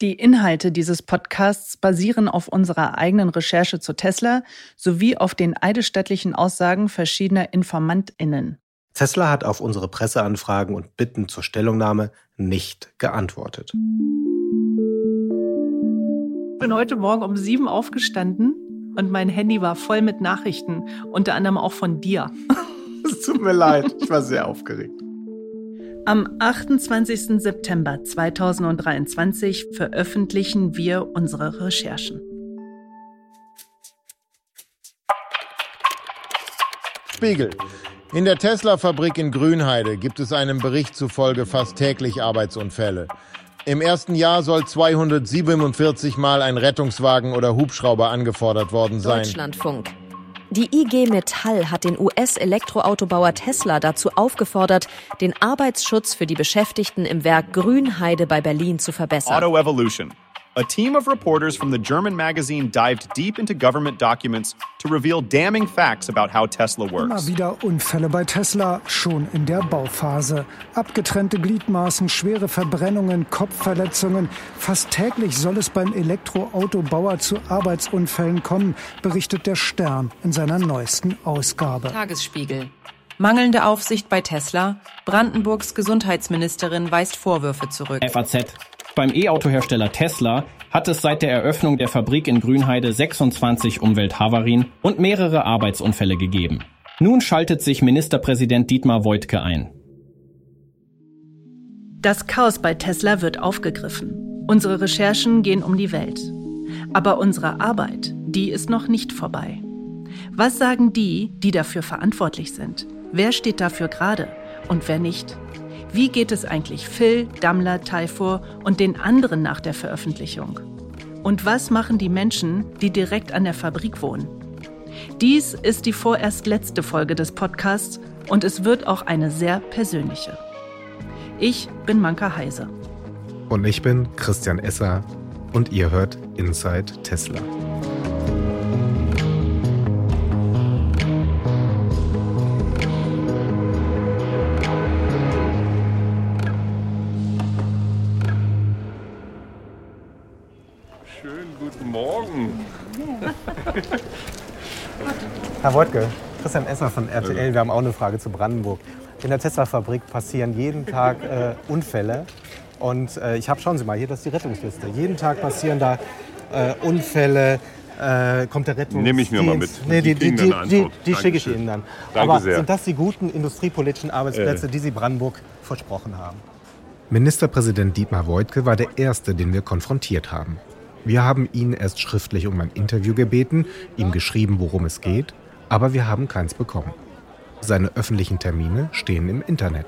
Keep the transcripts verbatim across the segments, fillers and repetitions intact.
Die Inhalte dieses Podcasts basieren auf unserer eigenen Recherche zu Tesla sowie auf den eidesstattlichen Aussagen verschiedener InformantInnen. Tesla hat auf unsere Presseanfragen und Bitten zur Stellungnahme nicht geantwortet. Ich bin heute Morgen um sieben aufgestanden und mein Handy war voll mit Nachrichten, unter anderem auch von dir. Es tut mir leid, ich war sehr aufgeregt. Am achtundzwanzigsten September zweitausenddreiundzwanzig veröffentlichen wir unsere Recherchen. Spiegel. In der Tesla-Fabrik in Grünheide gibt es einem Bericht zufolge fast täglich Arbeitsunfälle. Im ersten Jahr soll zweihundertsiebenundvierzig Mal ein Rettungswagen oder Hubschrauber angefordert worden sein. Deutschlandfunk. Die I G Metall hat den U S-Elektroautobauer Tesla dazu aufgefordert, den Arbeitsschutz für die Beschäftigten im Werk Grünheide bei Berlin zu verbessern. Auto Evolution. A team of reporters from the German magazine dived deep into government documents to reveal damning facts about how Tesla works. Immer wieder Unfälle bei Tesla, schon in der Bauphase. Abgetrennte Gliedmaßen, schwere Verbrennungen, Kopfverletzungen. Fast täglich soll es beim Elektroautobauer zu Arbeitsunfällen kommen, berichtet der Stern in seiner neuesten Ausgabe. Tagesspiegel. Mangelnde Aufsicht bei Tesla. Brandenburgs Gesundheitsministerin weist Vorwürfe zurück. F A Z. Beim E-Auto-Hersteller Tesla hat es seit der Eröffnung der Fabrik in Grünheide sechsundzwanzig Umwelthavarien und mehrere Arbeitsunfälle gegeben. Nun schaltet sich Ministerpräsident Dietmar Woidke ein. Das Chaos bei Tesla wird aufgegriffen. Unsere Recherchen gehen um die Welt. Aber unsere Arbeit, die ist noch nicht vorbei. Was sagen die, die dafür verantwortlich sind? Wer steht dafür gerade und wer nicht? Wie geht es eigentlich Phil, Dammler, Teifor und den anderen nach der Veröffentlichung? Und was machen die Menschen, die direkt an der Fabrik wohnen? Dies ist die vorerst letzte Folge des Podcasts und es wird auch eine sehr persönliche. Ich bin Manka Heise. Und ich bin Christian Esser und ihr hört Inside Tesla. Herr Woidke, Christian Esser von R T L, wir haben auch eine Frage zu Brandenburg. In der Tesla-Fabrik passieren jeden Tag äh, Unfälle. Und äh, ich habe, schauen Sie mal, hier, das ist die Rettungsliste. Jeden Tag passieren da äh, Unfälle, äh, kommt der Rettungsdienst. Nehme ich mir mal mit. Nee, die die, die, die, die schicke ich Ihnen dann. Danke Aber sehr. Sind das die guten industriepolitischen Arbeitsplätze, äh. die Sie Brandenburg versprochen haben? Ministerpräsident Dietmar Woidke war der Erste, den wir konfrontiert haben. Wir haben ihn erst schriftlich um ein Interview gebeten, ihm geschrieben, worum es geht, aber wir haben keins bekommen. Seine öffentlichen Termine stehen im Internet.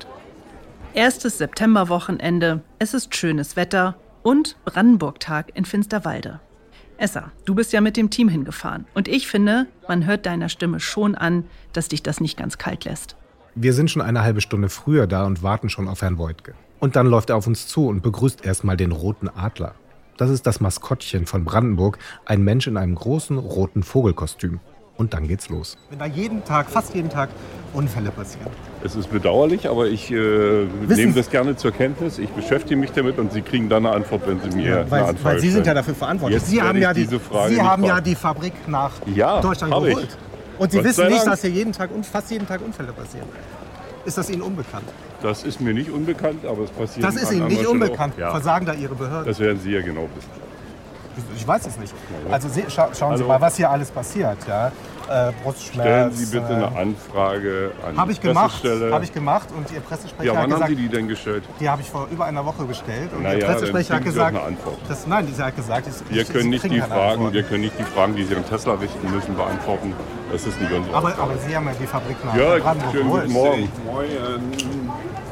Erstes Septemberwochenende, es ist schönes Wetter und Brandenburg-Tag in Finsterwalde. Esser, du bist ja mit dem Team hingefahren und ich finde, man hört deiner Stimme schon an, dass dich das nicht ganz kalt lässt. Wir sind schon eine halbe Stunde früher da und warten schon auf Herrn Woidke. Und dann läuft er auf uns zu und begrüßt erstmal den roten Adler. Das ist das Maskottchen von Brandenburg, ein Mensch in einem großen roten Vogelkostüm. Und dann geht's los. Wenn da jeden Tag, fast jeden Tag Unfälle passieren. Es ist bedauerlich, aber ich äh, nehme das gerne zur Kenntnis. Ich beschäftige mich damit und Sie kriegen dann eine Antwort, wenn Sie mir ja, weil, eine Anfrage weil Sie stellen. sind ja dafür verantwortlich. Jetzt Sie haben, ja die, diese Frage Sie haben fragen. ja die Fabrik nach ja, Deutschland hab geholt. Ich. Und Sie Gott wissen sei nicht, Dank. dass hier jeden Tag, fast jeden Tag Unfälle passieren. Ist das Ihnen unbekannt? Das ist mir nicht unbekannt, aber es passiert. Das ist Ihnen nicht unbekannt. Ja. Versagen da Ihre Behörden? Das werden Sie ja genau wissen. Ich weiß es nicht. Also Sie, scha schauen Hallo. Sie mal, was hier alles passiert. Ja? Äh, Brustschmerz. Stellen Sie bitte eine Anfrage an Habe ich die gemacht, Pressestelle. habe ich gemacht und Ihr Pressesprecher Ja, wann hat gesagt, haben Sie die denn gestellt? Die habe ich vor über einer Woche gestellt und Na Ihr ja, Pressesprecher dann hat kriegen Sie auch gesagt, eine Antwort. Das, nein, sie hat gesagt, ich, Wir ich, können Sie nicht kriegen die keine Fragen, Antwort. wir können nicht die Fragen, die Sie an Tesla richten müssen, beantworten. Das ist nicht unsere aber, Aufgabe. aber Sie haben ja die Fabrik nach Ja, Brandenburg schönen geholt. guten Morgen. Moin.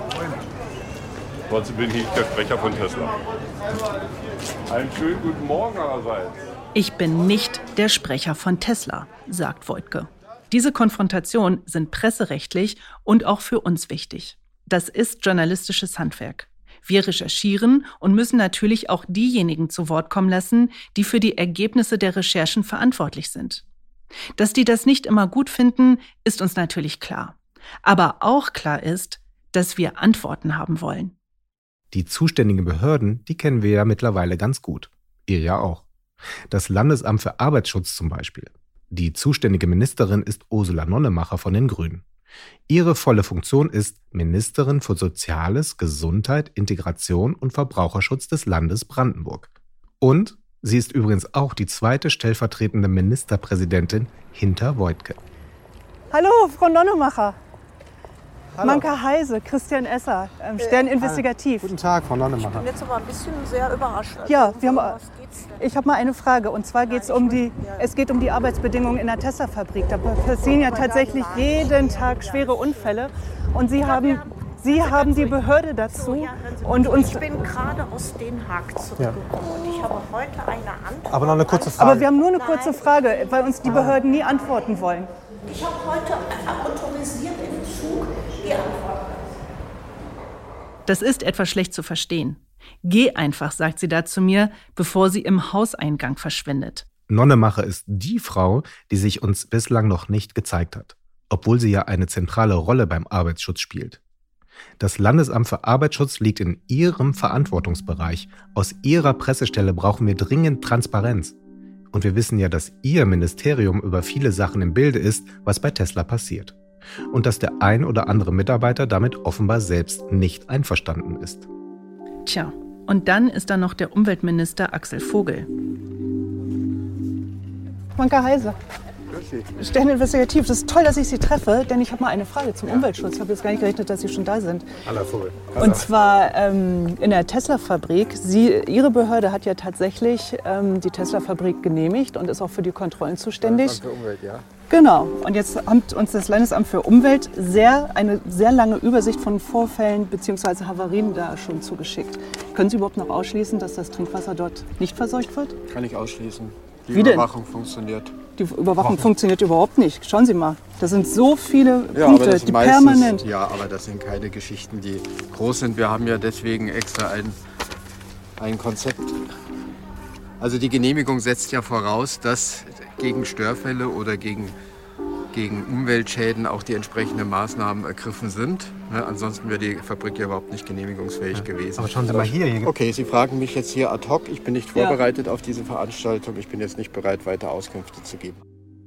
Trotzdem bin ich der Sprecher von Tesla. Einen schönen guten Morgen allerseits. Ich bin nicht der Sprecher von Tesla, sagt Woidke. Diese Konfrontationen sind presserechtlich und auch für uns wichtig. Das ist journalistisches Handwerk. Wir recherchieren und müssen natürlich auch diejenigen zu Wort kommen lassen, die für die Ergebnisse der Recherchen verantwortlich sind. Dass die das nicht immer gut finden, ist uns natürlich klar. Aber auch klar ist, dass wir Antworten haben wollen. Die zuständigen Behörden, die kennen wir ja mittlerweile ganz gut. Ihr ja auch. Das Landesamt für Arbeitsschutz zum Beispiel. Die zuständige Ministerin ist Ursula Nonnemacher von den Grünen. Ihre volle Funktion ist Ministerin für Soziales, Gesundheit, Integration und Verbraucherschutz des Landes Brandenburg. Und sie ist übrigens auch die zweite stellvertretende Ministerpräsidentin hinter Woidke. Hallo, Frau Nonnemacher. Hallo. Manka Heise, Christian Esser, ähm, Stern Investigativ. Guten Tag, Frau Nonnemacher. Ich bin jetzt aber ein bisschen sehr überrascht. Also ja, wir haben, ich habe mal eine Frage. Und zwar geht's um die, es geht um die Arbeitsbedingungen in der Tesla-Fabrik. Da passieren ja tatsächlich jeden Tag schwere Unfälle. Und Sie haben, Sie haben die Behörde dazu. Und uns ich bin gerade aus Den Haag zurückgekommen. Und ich habe heute eine Antwort. Aber noch eine kurze Frage. Aber wir haben nur eine kurze Frage, weil uns die Behörden nie antworten wollen. Ich habe heute autorisiert im Zug die Antwort. Das ist etwas schlecht zu verstehen. Geh einfach, sagt sie da zu mir, bevor sie im Hauseingang verschwindet. Nonnemacher ist die Frau, die sich uns bislang noch nicht gezeigt hat, obwohl sie ja eine zentrale Rolle beim Arbeitsschutz spielt. Das Landesamt für Arbeitsschutz liegt in ihrem Verantwortungsbereich. Aus ihrer Pressestelle brauchen wir dringend Transparenz. Und wir wissen ja, dass Ihr Ministerium über viele Sachen im Bilde ist, was bei Tesla passiert. Und dass der ein oder andere Mitarbeiter damit offenbar selbst nicht einverstanden ist. Tja, und dann ist da noch der Umweltminister Axel Vogel. Manka Heise. Stern Investigativ. Das ist toll, dass ich Sie treffe, denn ich habe mal eine Frage zum ja. Umweltschutz. Ich habe jetzt gar nicht gerechnet, dass Sie schon da sind. Hallo Vogel. Hallo. Und zwar ähm, in der Tesla-Fabrik. Sie, Ihre Behörde hat ja tatsächlich ähm, die Tesla-Fabrik genehmigt und ist auch für die Kontrollen zuständig. Landesamt für Umwelt, ja. Genau. Und jetzt hat uns das Landesamt für Umwelt sehr, eine sehr lange Übersicht von Vorfällen bzw. Havarien da schon zugeschickt. Können Sie überhaupt noch ausschließen, dass das Trinkwasser dort nicht verseucht wird? Kann ich ausschließen. Die Wie Überwachung denn? funktioniert. Die Überwachung funktioniert überhaupt nicht. Schauen Sie mal, da sind so viele ja, Punkte, aber das die meistens, permanent... Ja, aber das sind keine Geschichten, die groß sind. Wir haben ja deswegen extra ein, ein Konzept. Also die Genehmigung setzt ja voraus, dass gegen Störfälle oder gegen, gegen Umweltschäden auch die entsprechenden Maßnahmen ergriffen sind. Ne, ansonsten wäre die Fabrik ja überhaupt nicht genehmigungsfähig ja. gewesen. Aber schauen Sie mal hier. hier okay, Sie fragen mich jetzt hier ad hoc. Ich bin nicht vorbereitet ja. auf diese Veranstaltung. Ich bin jetzt nicht bereit, weiter Auskünfte zu geben.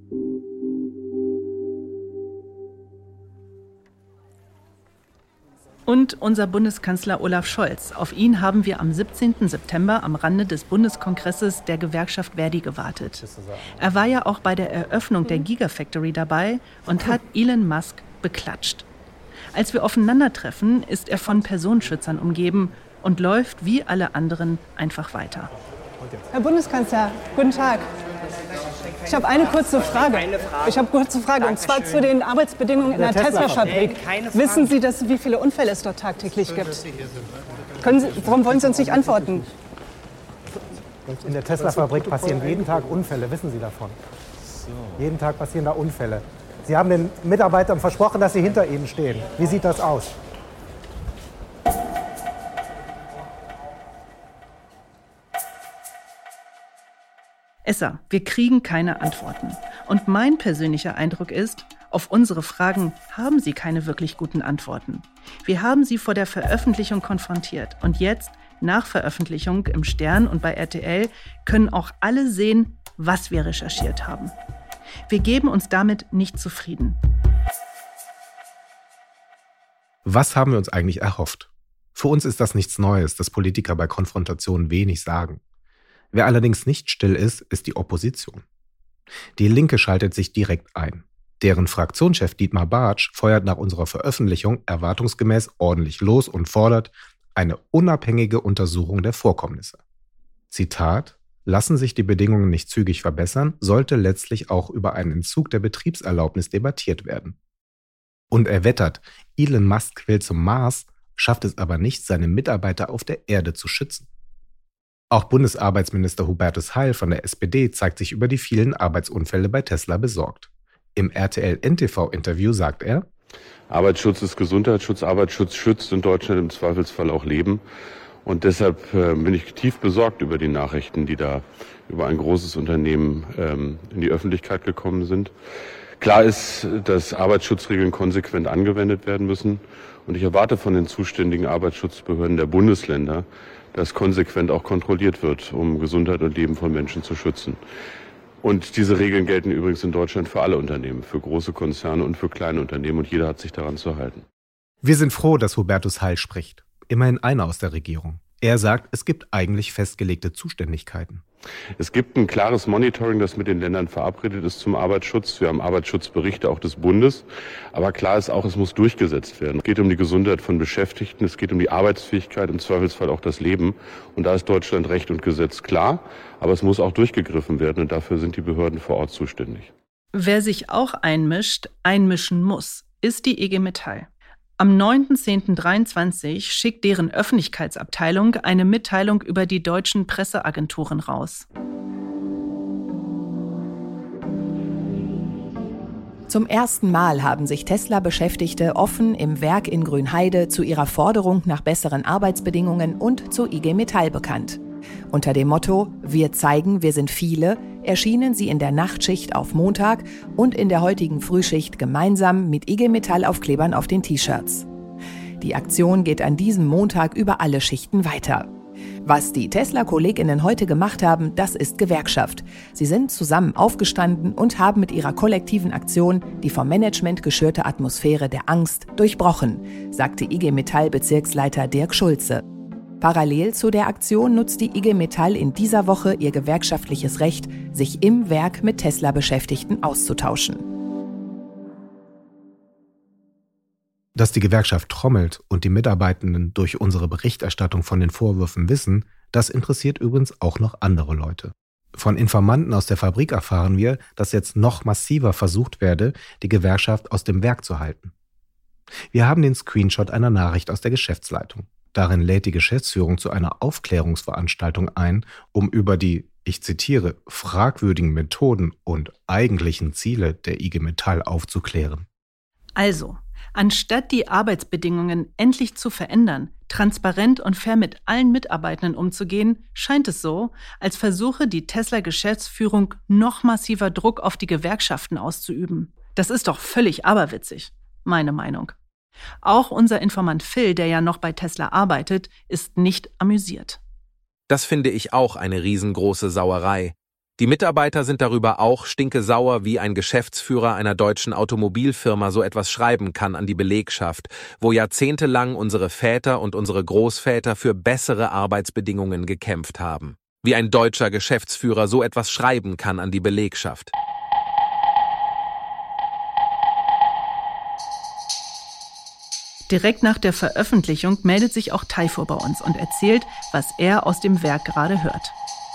Und unser Bundeskanzler Olaf Scholz. Auf ihn haben wir am siebzehnten September am Rande des Bundeskongresses der Gewerkschaft Verdi gewartet. Er war ja auch bei der Eröffnung der Gigafactory dabei und hat Elon Musk beklatscht. Als wir aufeinandertreffen, ist er von Personenschützern umgeben und läuft wie alle anderen einfach weiter. Herr Bundeskanzler, guten Tag. Ich habe eine kurze Frage. Ich habe eine kurze Frage, und zwar zu den Arbeitsbedingungen in der Tesla-Fabrik. Wissen Sie, dass, wie viele Unfälle es dort tagtäglich gibt? Können Sie, warum wollen Sie uns nicht antworten? In der Tesla-Fabrik passieren jeden Tag Unfälle, wissen Sie davon? Jeden Tag passieren da Unfälle. Sie haben den Mitarbeitern versprochen, dass sie hinter Ihnen stehen. Wie sieht das aus? Esser, wir kriegen keine Antworten. Und mein persönlicher Eindruck ist, auf unsere Fragen haben sie keine wirklich guten Antworten. Wir haben sie vor der Veröffentlichung konfrontiert. Und jetzt, nach Veröffentlichung im Stern und bei R T L, können auch alle sehen, was wir recherchiert haben. Wir geben uns damit nicht zufrieden. Was haben wir uns eigentlich erhofft? Für uns ist das nichts Neues, dass Politiker bei Konfrontationen wenig sagen. Wer allerdings nicht still ist, ist die Opposition. Die Linke schaltet sich direkt ein. Deren Fraktionschef Dietmar Bartsch feuert nach unserer Veröffentlichung erwartungsgemäß ordentlich los und fordert eine unabhängige Untersuchung der Vorkommnisse. Zitat: Lassen sich die Bedingungen nicht zügig verbessern, sollte letztlich auch über einen Entzug der Betriebserlaubnis debattiert werden. Und er wettert, Elon Musk will zum Mars, schafft es aber nicht, seine Mitarbeiter auf der Erde zu schützen. Auch Bundesarbeitsminister Hubertus Heil von der S P D zeigt sich über die vielen Arbeitsunfälle bei Tesla besorgt. Im R T L-N T V-Interview sagt er: Arbeitsschutz ist Gesundheitsschutz, Arbeitsschutz schützt in Deutschland im Zweifelsfall auch Leben. Und deshalb äh, bin ich tief besorgt über die Nachrichten, die da über ein großes Unternehmen ähm, in die Öffentlichkeit gekommen sind. Klar ist, dass Arbeitsschutzregeln konsequent angewendet werden müssen. Und ich erwarte von den zuständigen Arbeitsschutzbehörden der Bundesländer, dass konsequent auch kontrolliert wird, um Gesundheit und Leben von Menschen zu schützen. Und diese Regeln gelten übrigens in Deutschland für alle Unternehmen, für große Konzerne und für kleine Unternehmen. Und jeder hat sich daran zu halten. Wir sind froh, dass Hubertus Heil spricht. Immerhin einer aus der Regierung. Er sagt, es gibt eigentlich festgelegte Zuständigkeiten. Es gibt ein klares Monitoring, das mit den Ländern verabredet ist zum Arbeitsschutz. Wir haben Arbeitsschutzberichte auch des Bundes. Aber klar ist auch, es muss durchgesetzt werden. Es geht um die Gesundheit von Beschäftigten, es geht um die Arbeitsfähigkeit, im Zweifelsfall auch das Leben. Und da ist Deutschland Recht und Gesetz klar. Aber es muss auch durchgegriffen werden und dafür sind die Behörden vor Ort zuständig. Wer sich auch einmischt, einmischen muss, ist die I G Metall. Am neunten zehnten dreiundzwanzig schickt deren Öffentlichkeitsabteilung eine Mitteilung über die deutschen Presseagenturen raus. Zum ersten Mal haben sich Tesla-Beschäftigte offen im Werk in Grünheide zu ihrer Forderung nach besseren Arbeitsbedingungen und zur I G Metall bekannt. Unter dem Motto „Wir zeigen, wir sind viele“ erschienen sie in der Nachtschicht auf Montag und in der heutigen Frühschicht gemeinsam mit I G Metall-Aufklebern auf den T-Shirts. Die Aktion geht an diesem Montag über alle Schichten weiter. Was die Tesla-KollegInnen heute gemacht haben, das ist Gewerkschaft. Sie sind zusammen aufgestanden und haben mit ihrer kollektiven Aktion die vom Management geschürte Atmosphäre der Angst durchbrochen, sagte I G Metall-Bezirksleiter Dirk Schulze. Parallel zu der Aktion nutzt die I G Metall in dieser Woche ihr gewerkschaftliches Recht, sich im Werk mit Tesla-Beschäftigten auszutauschen. Dass die Gewerkschaft trommelt und die Mitarbeitenden durch unsere Berichterstattung von den Vorwürfen wissen, das interessiert übrigens auch noch andere Leute. Von Informanten aus der Fabrik erfahren wir, dass jetzt noch massiver versucht werde, die Gewerkschaft aus dem Werk zu halten. Wir haben den Screenshot einer Nachricht aus der Geschäftsleitung. Darin lädt die Geschäftsführung zu einer Aufklärungsveranstaltung ein, um über die, ich zitiere, fragwürdigen Methoden und eigentlichen Ziele der I G Metall aufzuklären. Also, anstatt die Arbeitsbedingungen endlich zu verändern, transparent und fair mit allen Mitarbeitenden umzugehen, scheint es so, als versuche die Tesla-Geschäftsführung noch massiver Druck auf die Gewerkschaften auszuüben. Das ist doch völlig aberwitzig, meine Meinung. Auch unser Informant Phil, der ja noch bei Tesla arbeitet, ist nicht amüsiert. Das finde ich auch eine riesengroße Sauerei. Die Mitarbeiter sind darüber auch stinkesauer, wie ein Geschäftsführer einer deutschen Automobilfirma so etwas schreiben kann an die Belegschaft, wo jahrzehntelang unsere Väter und unsere Großväter für bessere Arbeitsbedingungen gekämpft haben. Wie ein deutscher Geschäftsführer so etwas schreiben kann an die Belegschaft. Direkt nach der Veröffentlichung meldet sich auch Taifur bei uns und erzählt, was er aus dem Werk gerade hört.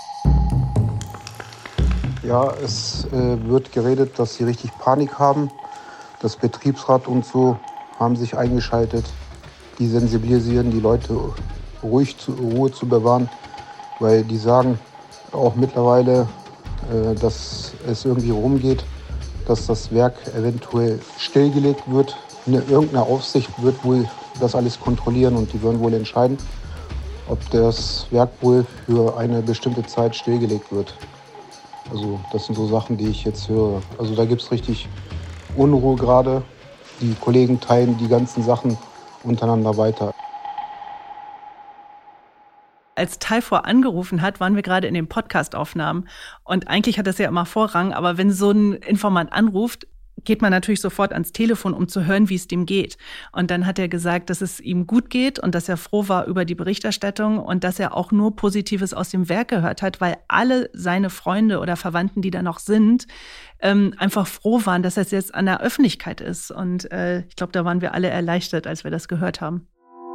Ja, es äh, wird geredet, dass sie richtig Panik haben. Das Betriebsrat und so haben sich eingeschaltet. Die sensibilisieren die Leute, ruhig zu, Ruhe zu bewahren, weil die sagen auch mittlerweile, äh, dass es irgendwie rumgeht, dass das Werk eventuell stillgelegt wird. Eine, irgendeine Aufsicht wird wohl das alles kontrollieren und die werden wohl entscheiden, ob das Werk wohl für eine bestimmte Zeit stillgelegt wird. Also das sind so Sachen, die ich jetzt höre. Also da gibt es richtig Unruhe gerade. Die Kollegen teilen die ganzen Sachen untereinander weiter. Als Taifur angerufen hat, waren wir gerade in den Podcast-Aufnahmen. Und eigentlich hat das ja immer Vorrang, aber wenn so ein Informant anruft, geht man natürlich sofort ans Telefon, um zu hören, wie es dem geht. Und dann hat er gesagt, dass es ihm gut geht und dass er froh war über die Berichterstattung und dass er auch nur Positives aus dem Werk gehört hat, weil alle seine Freunde oder Verwandten, die da noch sind, ähm, einfach froh waren, dass das jetzt an der Öffentlichkeit ist. Und äh, ich glaube, da waren wir alle erleichtert, als wir das gehört haben.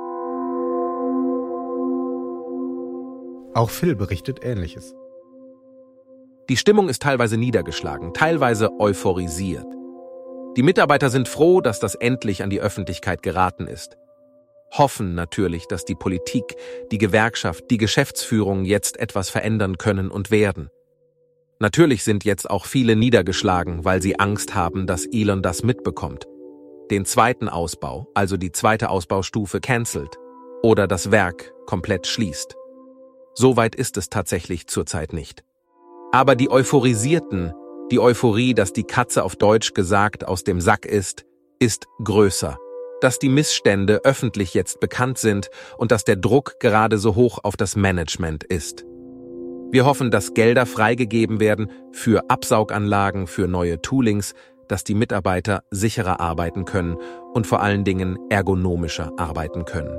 Auch Phil berichtet Ähnliches. Die Stimmung ist teilweise niedergeschlagen, teilweise euphorisiert. Die Mitarbeiter sind froh, dass das endlich an die Öffentlichkeit geraten ist. Hoffen natürlich, dass die Politik, die Gewerkschaft, die Geschäftsführung jetzt etwas verändern können und werden. Natürlich sind jetzt auch viele niedergeschlagen, weil sie Angst haben, dass Elon das mitbekommt. Den zweiten Ausbau, also die zweite Ausbaustufe, cancelt oder das Werk komplett schließt. Soweit ist es tatsächlich zurzeit nicht. Aber die Euphorisierten, die Euphorie, dass die Katze auf Deutsch gesagt aus dem Sack ist, ist größer. dass die Missstände öffentlich jetzt bekannt sind und dass der Druck gerade so hoch auf das Management ist. Wir hoffen, dass Gelder freigegeben werden für Absauganlagen, für neue Toolings, dass die Mitarbeiter sicherer arbeiten können und vor allen Dingen ergonomischer arbeiten können.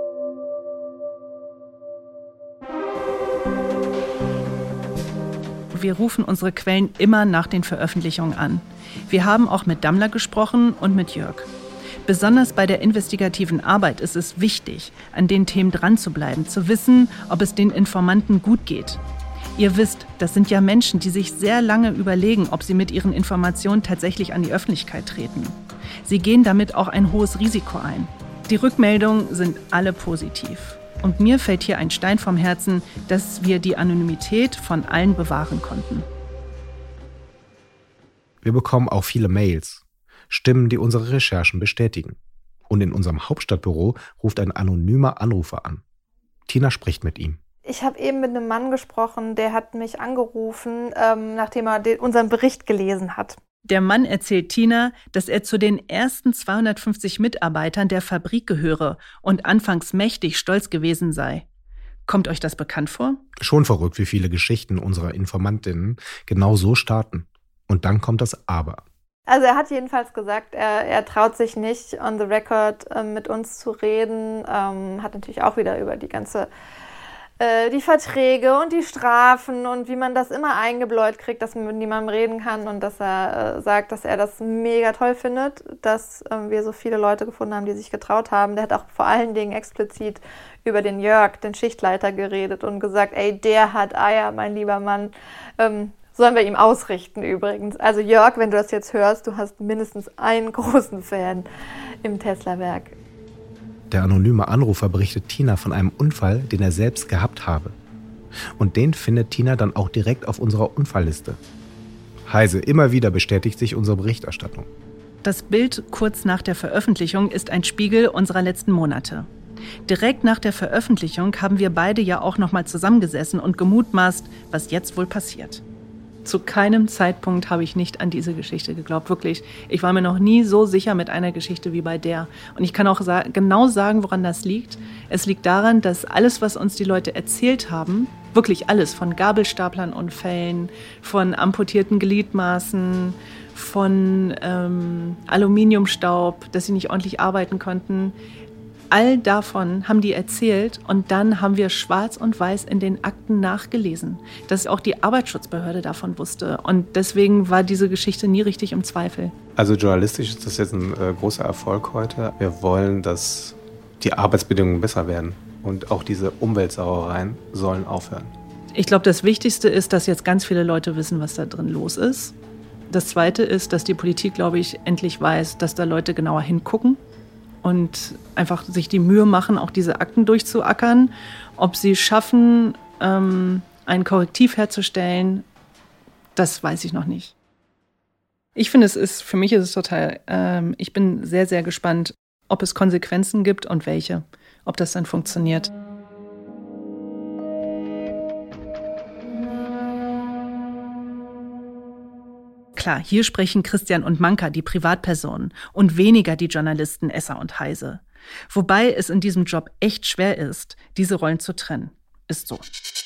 Wir rufen unsere Quellen immer nach den Veröffentlichungen an. Wir haben auch mit Dammler gesprochen und mit Jörg. Besonders bei der investigativen Arbeit ist es wichtig, an den Themen dran zu bleiben, zu wissen, ob es den Informanten gut geht. Ihr wisst, das sind ja Menschen, die sich sehr lange überlegen, ob sie mit ihren Informationen tatsächlich an die Öffentlichkeit treten. Sie gehen damit auch ein hohes Risiko ein. Die Rückmeldungen sind alle positiv. Und mir fällt hier ein Stein vom Herzen, dass wir die Anonymität von allen bewahren konnten. Wir bekommen auch viele Mails, Stimmen, die unsere Recherchen bestätigen. Und in unserem Hauptstadtbüro ruft ein anonymer Anrufer an. Tina spricht mit ihm. Ich habe eben mit einem Mann gesprochen, der hat mich angerufen, ähm, nachdem er den, unseren Bericht gelesen hat. Der Mann erzählt Tina, dass er zu den ersten zweihundertfünfzig Mitarbeitern der Fabrik gehöre und anfangs mächtig stolz gewesen sei. Kommt euch das bekannt vor? Schon verrückt, wie viele Geschichten unserer Informantinnen genau so starten. Und dann kommt das Aber. Also er hat jedenfalls gesagt, er, er traut sich nicht, on the record äh, mit uns zu reden. Ähm, hat natürlich auch wieder über die ganze, äh, die Verträge und die Strafen und wie man das immer eingebläut kriegt, dass man mit niemandem reden kann und dass er äh, sagt, dass er das mega toll findet, dass äh, wir so viele Leute gefunden haben, die sich getraut haben. Der hat auch vor allen Dingen explizit über den Jörg, den Schichtleiter, geredet und gesagt, ey, der hat Eier, mein lieber Mann. Ähm, Sollen wir ihm ausrichten übrigens. Also Jörg, wenn du das jetzt hörst, du hast mindestens einen großen Fan im Tesla-Werk. Der anonyme Anrufer berichtet Tina von einem Unfall, den er selbst gehabt habe. Und den findet Tina dann auch direkt auf unserer Unfallliste. Heise, immer wieder bestätigt sich unsere Berichterstattung. Das Bild kurz nach der Veröffentlichung ist ein Spiegel unserer letzten Monate. Direkt nach der Veröffentlichung haben wir beide ja auch nochmal zusammengesessen und gemutmaßt, was jetzt wohl passiert. Zu keinem Zeitpunkt habe ich nicht an diese Geschichte geglaubt, wirklich. Ich war mir noch nie so sicher mit einer Geschichte wie bei der. Und ich kann auch sa- genau sagen, woran das liegt. Es liegt daran, dass alles, was uns die Leute erzählt haben, wirklich alles, von Gabelstaplernunfällen, von amputierten Gliedmaßen, von ähm, Aluminiumstaub, dass sie nicht ordentlich arbeiten konnten, all davon haben die erzählt und dann haben wir schwarz und weiß in den Akten nachgelesen, dass auch die Arbeitsschutzbehörde davon wusste. Und deswegen war diese Geschichte nie richtig im Zweifel. Also journalistisch ist das jetzt ein äh, großer Erfolg heute. Wir wollen, dass die Arbeitsbedingungen besser werden und auch diese Umweltsauereien sollen aufhören. Ich glaube, das Wichtigste ist, dass jetzt ganz viele Leute wissen, was da drin los ist. Das Zweite ist, dass die Politik, glaube ich, endlich weiß, dass da Leute genauer hingucken. Und einfach sich die Mühe machen, auch diese Akten durchzuackern. Ob sie schaffen, ähm, ein Korrektiv herzustellen, das weiß ich noch nicht. Ich finde, es ist, für mich ist es total, ähm, ich bin sehr, sehr gespannt, ob es Konsequenzen gibt und welche, ob das dann funktioniert. Klar, hier sprechen Christian und Manka, die Privatpersonen, und weniger die Journalisten Esser und Heise. Wobei es in diesem Job echt schwer ist, diese Rollen zu trennen. Ist so.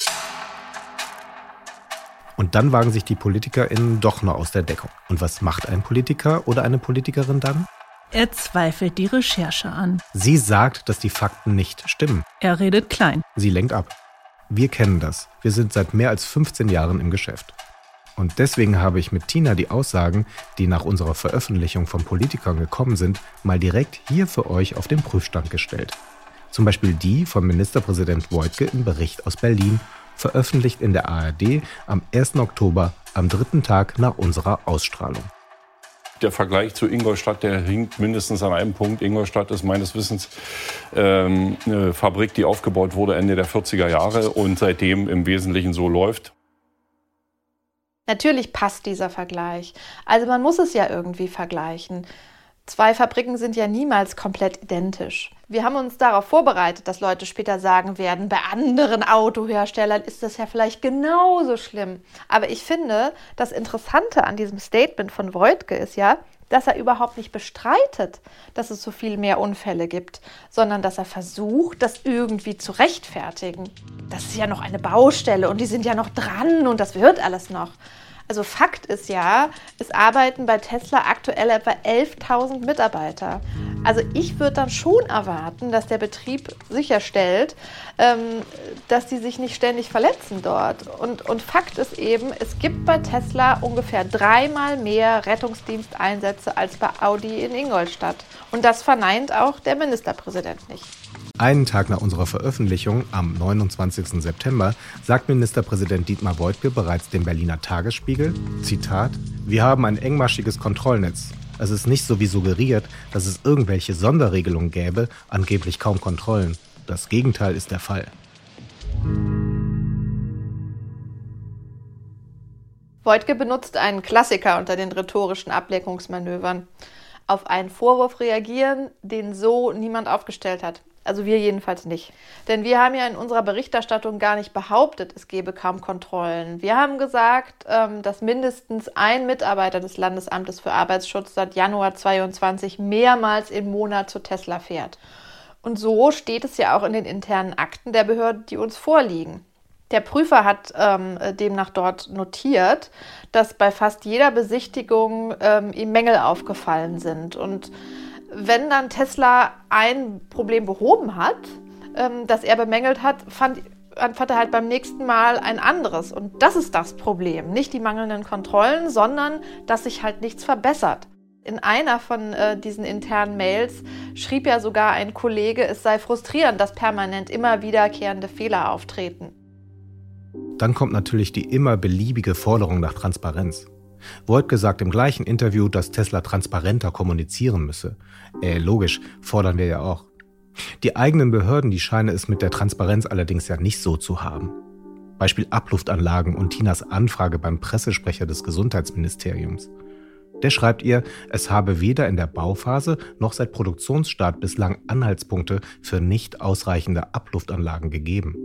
Und dann wagen sich die PolitikerInnen doch noch aus der Deckung. Und was macht ein Politiker oder eine Politikerin dann? Er zweifelt die Recherche an. Sie sagt, dass die Fakten nicht stimmen. Er redet klein. Sie lenkt ab. Wir kennen das. Wir sind seit mehr als fünfzehn Jahren im Geschäft. Und deswegen habe ich mit Tina die Aussagen, die nach unserer Veröffentlichung von Politikern gekommen sind, mal direkt hier für euch auf den Prüfstand gestellt. Zum Beispiel die von Ministerpräsident Woidke im Bericht aus Berlin, veröffentlicht in der A R D am ersten Oktober, am dritten Tag nach unserer Ausstrahlung. Der Vergleich zu Ingolstadt, der hinkt mindestens an einem Punkt. Ingolstadt ist meines Wissens ähm, eine Fabrik, die aufgebaut wurde Ende der vierziger Jahre und seitdem im Wesentlichen so läuft. Natürlich passt dieser Vergleich. Also man muss es ja irgendwie vergleichen. Zwei Fabriken sind ja niemals komplett identisch. Wir haben uns darauf vorbereitet, dass Leute später sagen werden, bei anderen Autoherstellern ist das ja vielleicht genauso schlimm. Aber ich finde, das Interessante an diesem Statement von Woidke ist ja, dass er überhaupt nicht bestreitet, dass es so viel mehr Unfälle gibt, sondern dass er versucht, das irgendwie zu rechtfertigen. Das ist ja noch eine Baustelle und die sind ja noch dran und das wird alles noch. Also Fakt ist ja, es arbeiten bei Tesla aktuell etwa elftausend Mitarbeiter. Also ich würde dann schon erwarten, dass der Betrieb sicherstellt, ähm, dass die sich nicht ständig verletzen dort. Und, und Fakt ist eben, es gibt bei Tesla ungefähr dreimal mehr Rettungsdiensteinsätze als bei Audi in Ingolstadt. Und das verneint auch der Ministerpräsident nicht. Einen Tag nach unserer Veröffentlichung, am neunundzwanzigsten September, sagt Ministerpräsident Dietmar Woidke bereits dem Berliner Tagesspiegel, Zitat, wir haben ein engmaschiges Kontrollnetz. Es ist nicht so wie suggeriert, dass es irgendwelche Sonderregelungen gäbe, angeblich kaum Kontrollen. Das Gegenteil ist der Fall. Woidke benutzt einen Klassiker unter den rhetorischen Ablenkungsmanövern. Auf einen Vorwurf reagieren, den so niemand aufgestellt hat. Also wir jedenfalls nicht. Denn wir haben ja in unserer Berichterstattung gar nicht behauptet, es gebe kaum Kontrollen. Wir haben gesagt, dass mindestens ein Mitarbeiter des Landesamtes für Arbeitsschutz seit Januar zweiundzwanzig mehrmals im Monat zu Tesla fährt. Und so steht es ja auch in den internen Akten der Behörde, die uns vorliegen. Der Prüfer hat ähm, demnach dort notiert, dass bei fast jeder Besichtigung ähm, ihm Mängel aufgefallen sind. Und wenn dann Tesla ein Problem behoben hat, ähm, das er bemängelt hat, fand, fand er halt beim nächsten Mal ein anderes. Und das ist das Problem. Nicht die mangelnden Kontrollen, sondern dass sich halt nichts verbessert. In einer von äh, diesen internen Mails schrieb ja sogar ein Kollege, es sei frustrierend, dass permanent immer wiederkehrende Fehler auftreten. Dann kommt natürlich die immer beliebige Forderung nach Transparenz. Woidke sagt im gleichen Interview, dass Tesla transparenter kommunizieren müsse. Äh, logisch, fordern wir ja auch. Die eigenen Behörden, die scheinen es mit der Transparenz allerdings ja nicht so zu haben. Beispiel Abluftanlagen und Tinas Anfrage beim Pressesprecher des Gesundheitsministeriums. Der schreibt ihr, es habe weder in der Bauphase noch seit Produktionsstart bislang Anhaltspunkte für nicht ausreichende Abluftanlagen gegeben.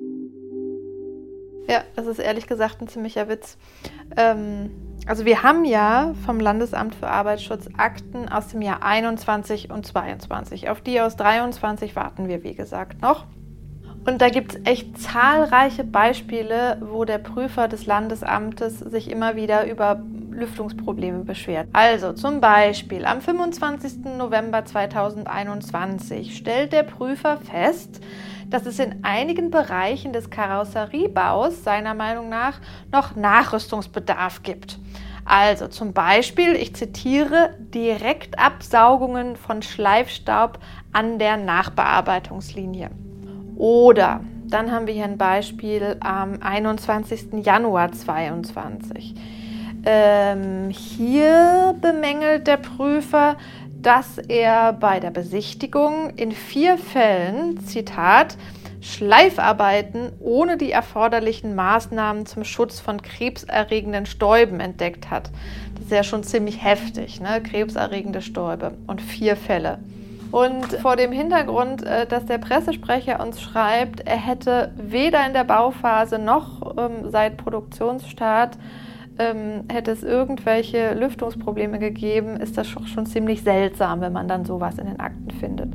Ja, das ist ehrlich gesagt ein ziemlicher Witz. Ähm, also wir haben ja vom Landesamt für Arbeitsschutz Akten aus dem Jahr einundzwanzig und zweiundzwanzig. Auf die aus dreiundzwanzig warten wir, wie gesagt, noch. Und da gibt es echt zahlreiche Beispiele, wo der Prüfer des Landesamtes sich immer wieder über Lüftungsprobleme beschwert. Also zum Beispiel am fünfundzwanzigsten November zweitausendeinundzwanzig stellt der Prüfer fest, dass es in einigen Bereichen des Karosseriebaus seiner Meinung nach noch Nachrüstungsbedarf gibt. Also zum Beispiel, ich zitiere, Direktabsaugungen von Schleifstaub an der Nachbearbeitungslinie. Oder, dann haben wir hier ein Beispiel am einundzwanzigsten Januar zweiundzwanzig. Ähm, hier bemängelt der Prüfer, dass er bei der Besichtigung in vier Fällen, Zitat, Schleifarbeiten ohne die erforderlichen Maßnahmen zum Schutz von krebserregenden Stäuben entdeckt hat. Das ist ja schon ziemlich heftig, ne? Krebserregende Stäube und vier Fälle. Und vor dem Hintergrund, dass der Pressesprecher uns schreibt, er hätte weder in der Bauphase noch ähm, seit Produktionsstart ähm, hätte es irgendwelche Lüftungsprobleme gegeben, ist das schon ziemlich seltsam, wenn man dann sowas in den Akten findet.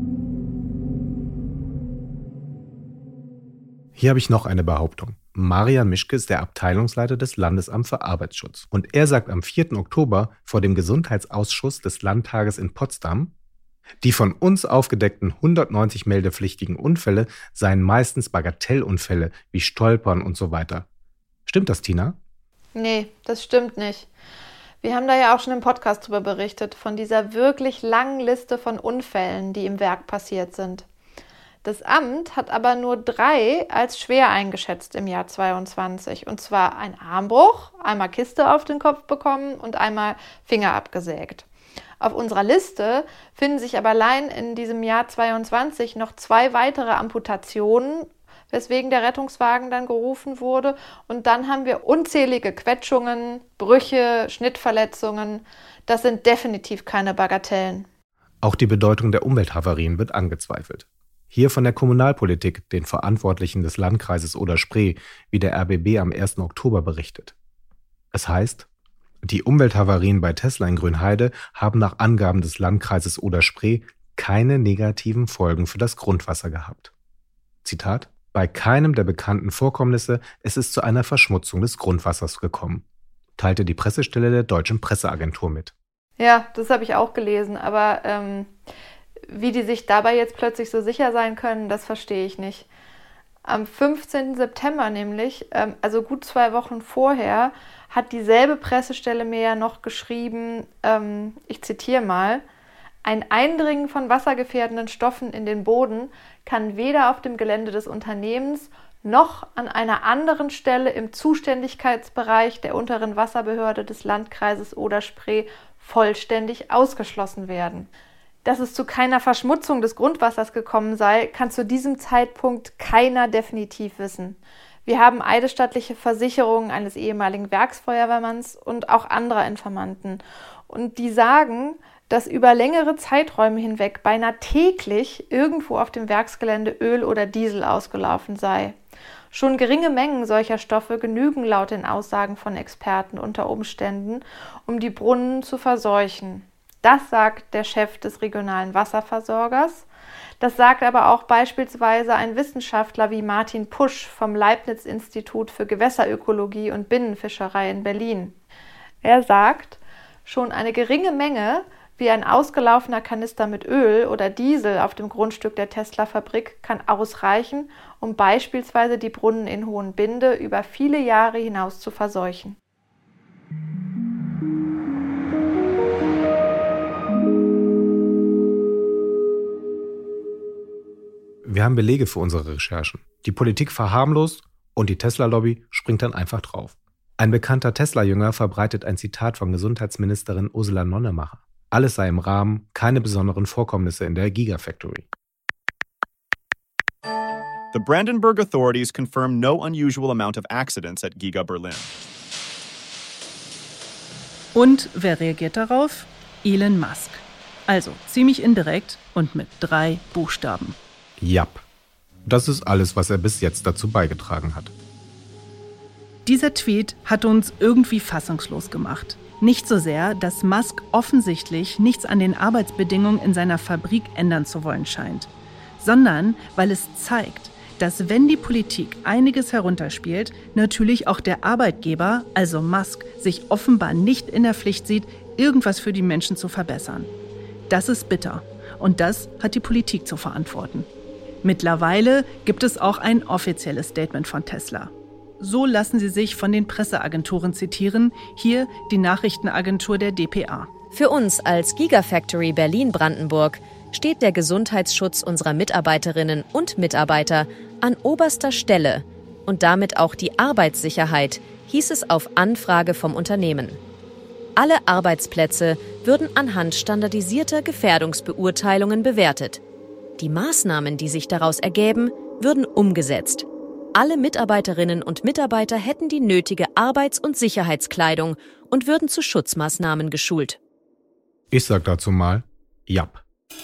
Hier habe ich noch eine Behauptung. Marian Mischke ist der Abteilungsleiter des Landesamts für Arbeitsschutz. Und er sagt am vierten Oktober vor dem Gesundheitsausschuss des Landtages in Potsdam, die von uns aufgedeckten hundertneunzig meldepflichtigen Unfälle seien meistens Bagatellunfälle wie Stolpern und so weiter. Stimmt das, Tina? Nee, das stimmt nicht. Wir haben da ja auch schon im Podcast drüber berichtet, von dieser wirklich langen Liste von Unfällen, die im Werk passiert sind. Das Amt hat aber nur drei als schwer eingeschätzt im Jahr zweiundzwanzig. Und zwar ein Armbruch, einmal Kiste auf den Kopf bekommen und einmal Finger abgesägt. Auf unserer Liste finden sich aber allein in diesem Jahr zweiundzwanzig noch zwei weitere Amputationen, weswegen der Rettungswagen dann gerufen wurde. Und dann haben wir unzählige Quetschungen, Brüche, Schnittverletzungen. Das sind definitiv keine Bagatellen. Auch die Bedeutung der Umwelthavarien wird angezweifelt. Hier von der Kommunalpolitik, den Verantwortlichen des Landkreises Oder-Spree, wie der R B B am ersten Oktober berichtet. Es heißt, Die Umwelthavarien bei Tesla in Grünheide haben nach Angaben des Landkreises Oder-Spree keine negativen Folgen für das Grundwasser gehabt. Zitat: Bei keinem der bekannten Vorkommnisse ist es zu einer Verschmutzung des Grundwassers gekommen, teilte die Pressestelle der Deutschen Presseagentur mit. Ja, das habe ich auch gelesen, aber ähm, wie die sich dabei jetzt plötzlich so sicher sein können, das verstehe ich nicht. Am fünfzehnten September nämlich, ähm, also gut zwei Wochen vorher, hat dieselbe Pressestelle mir ja noch geschrieben, ähm, ich zitiere mal, ein Eindringen von wassergefährdenden Stoffen in den Boden kann weder auf dem Gelände des Unternehmens noch an einer anderen Stelle im Zuständigkeitsbereich der unteren Wasserbehörde des Landkreises Oder-Spree vollständig ausgeschlossen werden. Dass es zu keiner Verschmutzung des Grundwassers gekommen sei, kann zu diesem Zeitpunkt keiner definitiv wissen. Wir haben eidesstattliche Versicherungen eines ehemaligen Werksfeuerwehrmanns und auch anderer Informanten. Und die sagen, dass über längere Zeiträume hinweg beinahe täglich irgendwo auf dem Werksgelände Öl oder Diesel ausgelaufen sei. Schon geringe Mengen solcher Stoffe genügen laut den Aussagen von Experten unter Umständen, um die Brunnen zu verseuchen. Das sagt der Chef des regionalen Wasserversorgers. Das sagt aber auch beispielsweise ein Wissenschaftler wie Martin Pusch vom Leibniz-Institut für Gewässerökologie und Binnenfischerei in Berlin. Er sagt, schon eine geringe Menge, wie ein ausgelaufener Kanister mit Öl oder Diesel auf dem Grundstück der Tesla-Fabrik, kann ausreichen, um beispielsweise die Brunnen in Hohenbinde über viele Jahre hinaus zu verseuchen. Wir haben Belege für unsere Recherchen. Die Politik verharmlost und die Tesla-Lobby springt dann einfach drauf. Ein bekannter Tesla-Jünger verbreitet ein Zitat von Gesundheitsministerin Ursula Nonnemacher. Alles sei im Rahmen, keine besonderen Vorkommnisse in der Gigafactory. The Brandenburg authorities confirm no unusual amount of accidents at Giga Berlin. Und wer reagiert darauf? Elon Musk. Also ziemlich indirekt und mit drei Buchstaben. Jap. Das ist alles, was er bis jetzt dazu beigetragen hat. Dieser Tweet hat uns irgendwie fassungslos gemacht. Nicht so sehr, dass Musk offensichtlich nichts an den Arbeitsbedingungen in seiner Fabrik ändern zu wollen scheint, sondern weil es zeigt, dass wenn die Politik einiges herunterspielt, natürlich auch der Arbeitgeber, also Musk, sich offenbar nicht in der Pflicht sieht, irgendwas für die Menschen zu verbessern. Das ist bitter und das hat die Politik zu verantworten. Mittlerweile gibt es auch ein offizielles Statement von Tesla. So lassen sie sich von den Presseagenturen zitieren, hier die Nachrichtenagentur der D P A. Für uns als Gigafactory Berlin-Brandenburg steht der Gesundheitsschutz unserer Mitarbeiterinnen und Mitarbeiter an oberster Stelle und damit auch die Arbeitssicherheit, hieß es auf Anfrage vom Unternehmen. Alle Arbeitsplätze würden anhand standardisierter Gefährdungsbeurteilungen bewertet. Die Maßnahmen, die sich daraus ergäben, würden umgesetzt. Alle Mitarbeiterinnen und Mitarbeiter hätten die nötige Arbeits- und Sicherheitskleidung und würden zu Schutzmaßnahmen geschult. Ich sag dazu mal, Jap.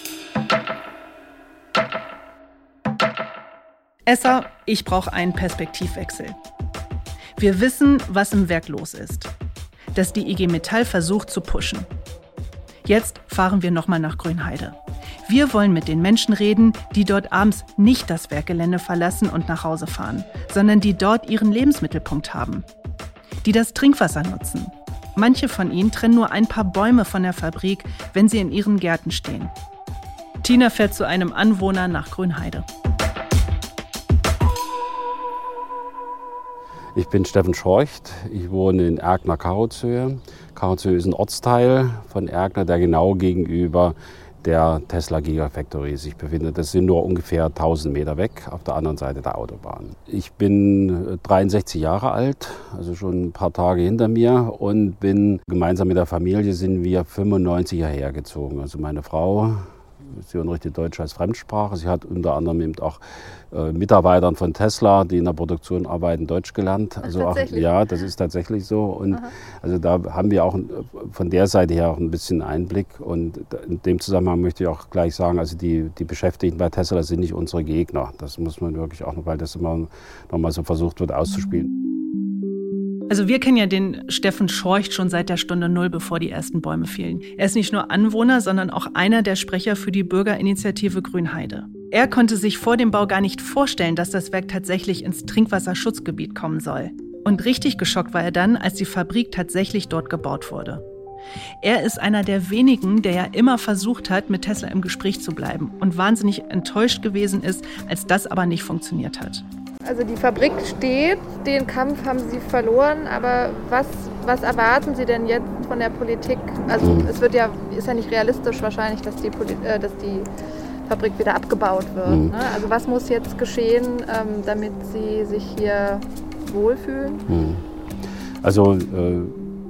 Esser, ich brauche einen Perspektivwechsel. Wir wissen, was im Werk los ist. Dass die I G Metall versucht zu pushen. Jetzt fahren wir nochmal nach Grünheide. Wir wollen mit den Menschen reden, die dort abends nicht das Werkgelände verlassen und nach Hause fahren, sondern die dort ihren Lebensmittelpunkt haben. Die das Trinkwasser nutzen. Manche von ihnen trennen nur ein paar Bäume von der Fabrik, wenn sie in ihren Gärten stehen. Tina fährt zu einem Anwohner nach Grünheide. Ich bin Steffen Schorcht, ich wohne in Erkner-Karotzhöhe. Karotzhöhe ist ein Ortsteil von Erkner, der genau gegenüber der Tesla Gigafactory sich befindet. Das sind nur ungefähr tausend Meter weg auf der anderen Seite der Autobahn. Ich bin dreiundsechzig Jahre alt, also schon ein paar Tage hinter mir und bin gemeinsam mit der Familie sind wir fünfundneunzig hierher gezogen. Also meine Frau, sie unterrichtet Deutsch als Fremdsprache. Sie hat unter anderem eben auch äh, Mitarbeitern von Tesla, die in der Produktion arbeiten, Deutsch gelernt. Also auch, ja, das ist tatsächlich so. Und Aha. also da haben wir auch von der Seite her auch ein bisschen Einblick. Und in dem Zusammenhang möchte ich auch gleich sagen, also die, die Beschäftigten bei Tesla sind nicht unsere Gegner. Das muss man wirklich auch noch, weil das immer noch mal so versucht wird auszuspielen. Also wir kennen ja den Steffen Schorcht schon seit der Stunde Null, bevor die ersten Bäume fielen. Er ist nicht nur Anwohner, sondern auch einer der Sprecher für die Bürgerinitiative Grünheide. Er konnte sich vor dem Bau gar nicht vorstellen, dass das Werk tatsächlich ins Trinkwasserschutzgebiet kommen soll. Und richtig geschockt war er dann, als die Fabrik tatsächlich dort gebaut wurde. Er ist einer der wenigen, der ja immer versucht hat, mit Tesla im Gespräch zu bleiben und wahnsinnig enttäuscht gewesen ist, als das aber nicht funktioniert hat. Also die Fabrik steht, den Kampf haben Sie verloren, aber was, was erwarten Sie denn jetzt von der Politik? Also es wird ja, ist ja nicht realistisch wahrscheinlich, dass die, Poli- äh, dass die Fabrik wieder abgebaut wird. Mhm. Ne? Also was muss jetzt geschehen, ähm, damit Sie sich hier wohlfühlen? Mhm. Also äh,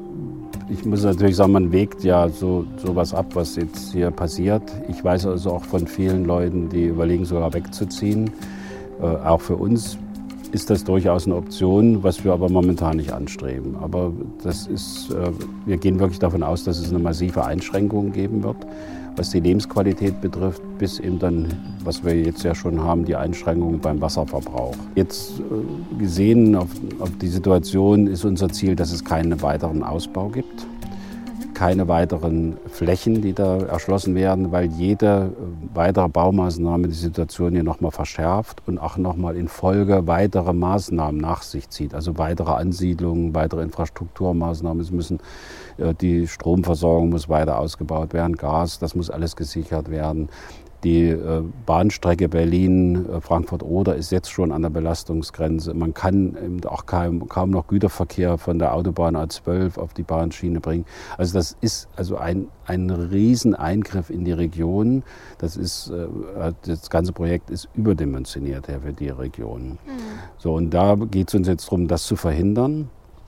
ich muss natürlich sagen, man wägt ja so sowas ab, was jetzt hier passiert. Ich weiß also auch von vielen Leuten, die überlegen, sogar wegzuziehen. Äh, auch für uns ist das durchaus eine Option, was wir aber momentan nicht anstreben. Aber das ist, äh, wir gehen wirklich davon aus, dass es eine massive Einschränkung geben wird, was die Lebensqualität betrifft, bis eben dann, was wir jetzt ja schon haben, die Einschränkungen beim Wasserverbrauch. Jetzt äh, gesehen auf, auf die Situation ist unser Ziel, dass es keinen weiteren Ausbau gibt. Keine weiteren Flächen, die da erschlossen werden, weil jede weitere Baumaßnahme die Situation hier nochmal verschärft und auch nochmal in Folge weitere Maßnahmen nach sich zieht. Also weitere Ansiedlungen, weitere Infrastrukturmaßnahmen. Es müssen, die Stromversorgung muss weiter ausgebaut werden, Gas, das muss alles gesichert werden. Die Bahnstrecke Berlin-Frankfurt-Oder ist jetzt schon an der Belastungsgrenze. Man kann eben auch kaum, kaum noch Güterverkehr von der Autobahn A zwölf auf die Bahnschiene bringen. Also das ist also ein, ein Rieseneingriff in die Region. Das, ist, das ganze Projekt ist überdimensioniert ja, für die Region. Mhm. So, und da geht es uns jetzt darum, das zu verhindern.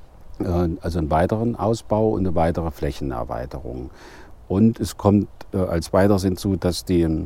Also einen weiteren Ausbau und eine weitere Flächenerweiterung. Und es kommt als weiteres hinzu, dass die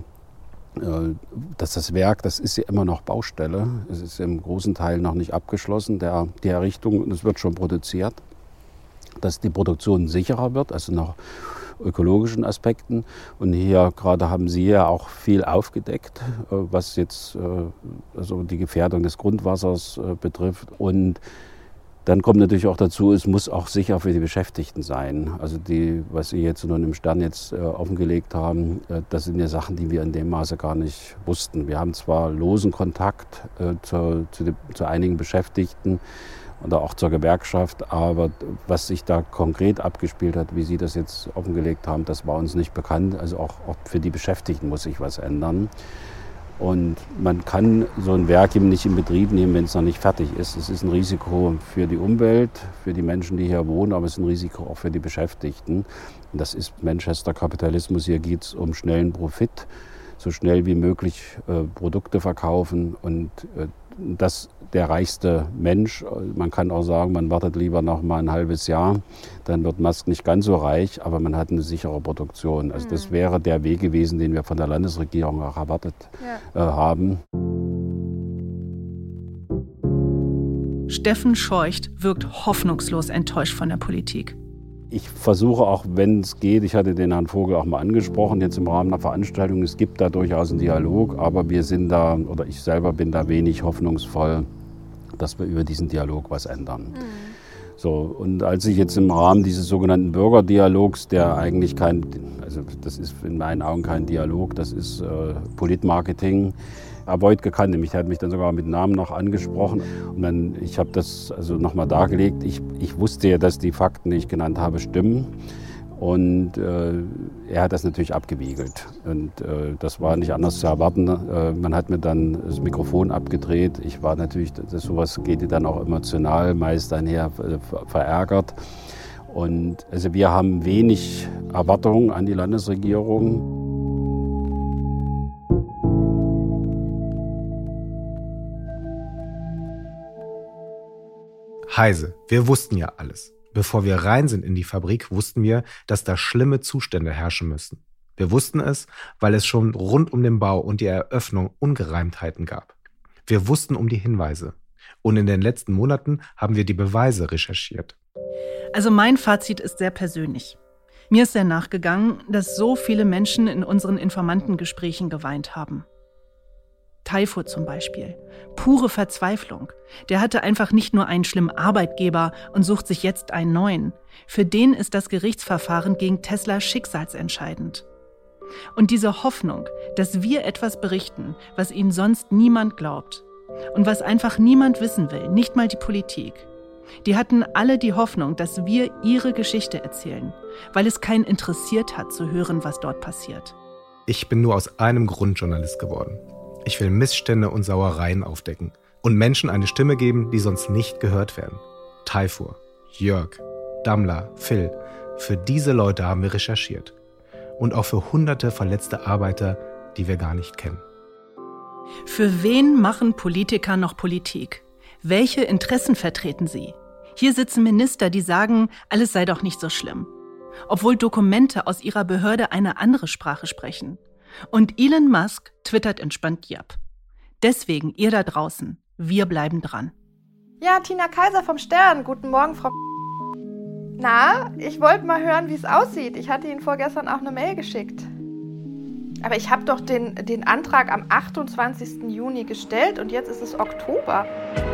dass das Werk, das ist ja immer noch Baustelle. Es ist im großen Teil noch nicht abgeschlossen, der, die Errichtung, und es wird schon produziert. Dass die Produktion sicherer wird, also nach ökologischen Aspekten. Und hier gerade haben Sie ja auch viel aufgedeckt, was jetzt also die Gefährdung des Grundwassers betrifft. Und dann kommt natürlich auch dazu, es muss auch sicher für die Beschäftigten sein. Also die, was Sie jetzt nun im Stern jetzt äh, offengelegt haben, äh, das sind ja Sachen, die wir in dem Maße gar nicht wussten. Wir haben zwar losen Kontakt äh, zu, zu, die, zu einigen Beschäftigten oder auch zur Gewerkschaft, aber was sich da konkret abgespielt hat, wie Sie das jetzt offengelegt haben, das war uns nicht bekannt. Also auch, auch für die Beschäftigten muss sich was ändern. Und man kann so ein Werk eben nicht in Betrieb nehmen, wenn es noch nicht fertig ist. Es ist ein Risiko für die Umwelt, für die Menschen, die hier wohnen, aber es ist ein Risiko auch für die Beschäftigten. Und das ist Manchester Kapitalismus. Hier geht es um schnellen Profit, so schnell wie möglich äh, Produkte verkaufen. Und äh, das der reichste Mensch, man kann auch sagen, man wartet lieber noch mal ein halbes Jahr, dann wird Musk nicht ganz so reich, aber man hat eine sichere Produktion. Also das wäre der Weg gewesen, den wir von der Landesregierung auch erwartet ja. äh, haben. Steffen Schorcht wirkt hoffnungslos enttäuscht von der Politik. Ich versuche auch, wenn es geht, ich hatte den Herrn Vogel auch mal angesprochen, jetzt im Rahmen der Veranstaltung, es gibt da durchaus einen Dialog, aber wir sind da, oder ich selber bin da wenig hoffnungsvoll, dass wir über diesen Dialog was ändern. Mhm. So, und als ich jetzt im Rahmen dieses sogenannten Bürgerdialogs, der eigentlich kein, also das ist in meinen Augen kein Dialog, das ist äh, Politmarketing, Herr Voigtke kannte mich, der hat mich dann sogar mit Namen noch angesprochen. Und dann, ich habe das also nochmal dargelegt. Ich, ich wusste ja, dass die Fakten, die ich genannt habe, stimmen. Und äh, er hat das natürlich abgewiegelt. Und äh, das war nicht anders zu erwarten. Äh, man hat mir dann das Mikrofon abgedreht. Ich war natürlich, das, sowas geht dann auch emotional, meist einher äh, verärgert. Und also wir haben wenig Erwartungen an die Landesregierung. Heise, wir wussten ja alles. Bevor wir rein sind in die Fabrik, wussten wir, dass da schlimme Zustände herrschen müssen. Wir wussten es, weil es schon rund um den Bau und die Eröffnung Ungereimtheiten gab. Wir wussten um die Hinweise. Und in den letzten Monaten haben wir die Beweise recherchiert. Also mein Fazit ist sehr persönlich. Mir ist sehr nachgegangen, dass so viele Menschen in unseren Informantengesprächen geweint haben. Taifu zum Beispiel. Pure Verzweiflung. Der hatte einfach nicht nur einen schlimmen Arbeitgeber und sucht sich jetzt einen neuen. Für den ist das Gerichtsverfahren gegen Tesla schicksalsentscheidend. Und diese Hoffnung, dass wir etwas berichten, was ihnen sonst niemand glaubt und was einfach niemand wissen will, nicht mal die Politik. Die hatten alle die Hoffnung, dass wir ihre Geschichte erzählen, weil es keinen interessiert hat, zu hören, was dort passiert. Ich bin nur aus einem Grund Journalist geworden. Ich will Missstände und Sauereien aufdecken und Menschen eine Stimme geben, die sonst nicht gehört werden. Taifu, Jörg, Damla, Phil, für diese Leute haben wir recherchiert. Und auch für hunderte verletzte Arbeiter, die wir gar nicht kennen. Für wen machen Politiker noch Politik? Welche Interessen vertreten sie? Hier sitzen Minister, die sagen, alles sei doch nicht so schlimm. Obwohl Dokumente aus ihrer Behörde eine andere Sprache sprechen. Und Elon Musk twittert entspannt Jap. Deswegen, ihr da draußen, wir bleiben dran. Ja, Tina Kaiser vom Stern. Guten Morgen, Frau... Na, ich wollte mal hören, wie es aussieht. Ich hatte Ihnen vorgestern auch eine Mail geschickt. Aber ich habe doch den, den Antrag am achtundzwanzigsten Juni gestellt und jetzt ist es Oktober.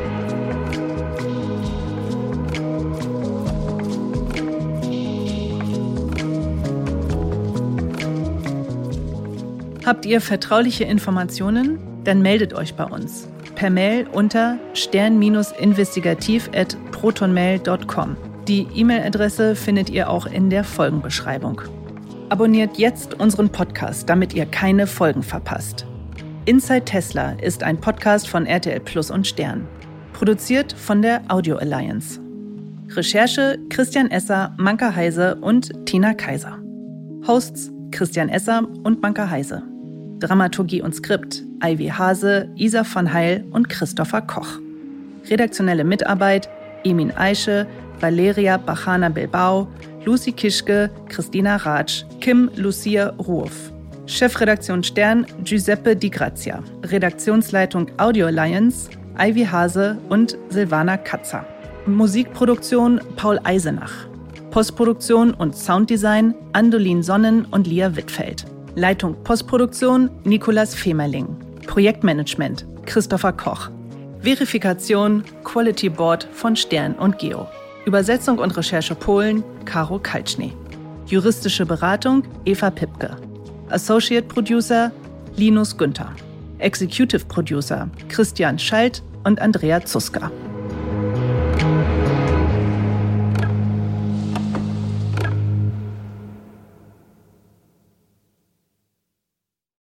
Habt ihr vertrauliche Informationen? Dann meldet euch bei uns. Per Mail unter stern investigativ at protonmail punkt com. Die E-Mail-Adresse findet ihr auch in der Folgenbeschreibung. Abonniert jetzt unseren Podcast, damit ihr keine Folgen verpasst. Inside Tesla ist ein Podcast von R T L Plus und Stern. Produziert von der Audio Alliance. Recherche Christian Esser, Manka Heise und Tina Kaiser. Hosts Christian Esser und Manka Heise. Dramaturgie und Skript Ivy Hase, Isa von Heil und Christopher Koch. Redaktionelle Mitarbeit Emin Aische, Valeria Bachana-Bilbao, Lucy Kischke, Christina Ratsch, Kim Lucia Ruoff. Chefredaktion Stern Giuseppe Di Grazia. Redaktionsleitung Audio Alliance Ivy Hase und Silvana Katzer. Musikproduktion Paul Eisenach. Postproduktion und Sounddesign Andolin Sonnen und Lia Wittfeld. Leitung Postproduktion Nikolas Femerling. Projektmanagement Christopher Koch. Verifikation Quality Board von Stern und Geo. Übersetzung und Recherche Polen Karo Kaltschnee. Juristische Beratung Eva Pipke. Associate Producer Linus Günther. Executive Producer Christian Schalt und Andrea Zuska.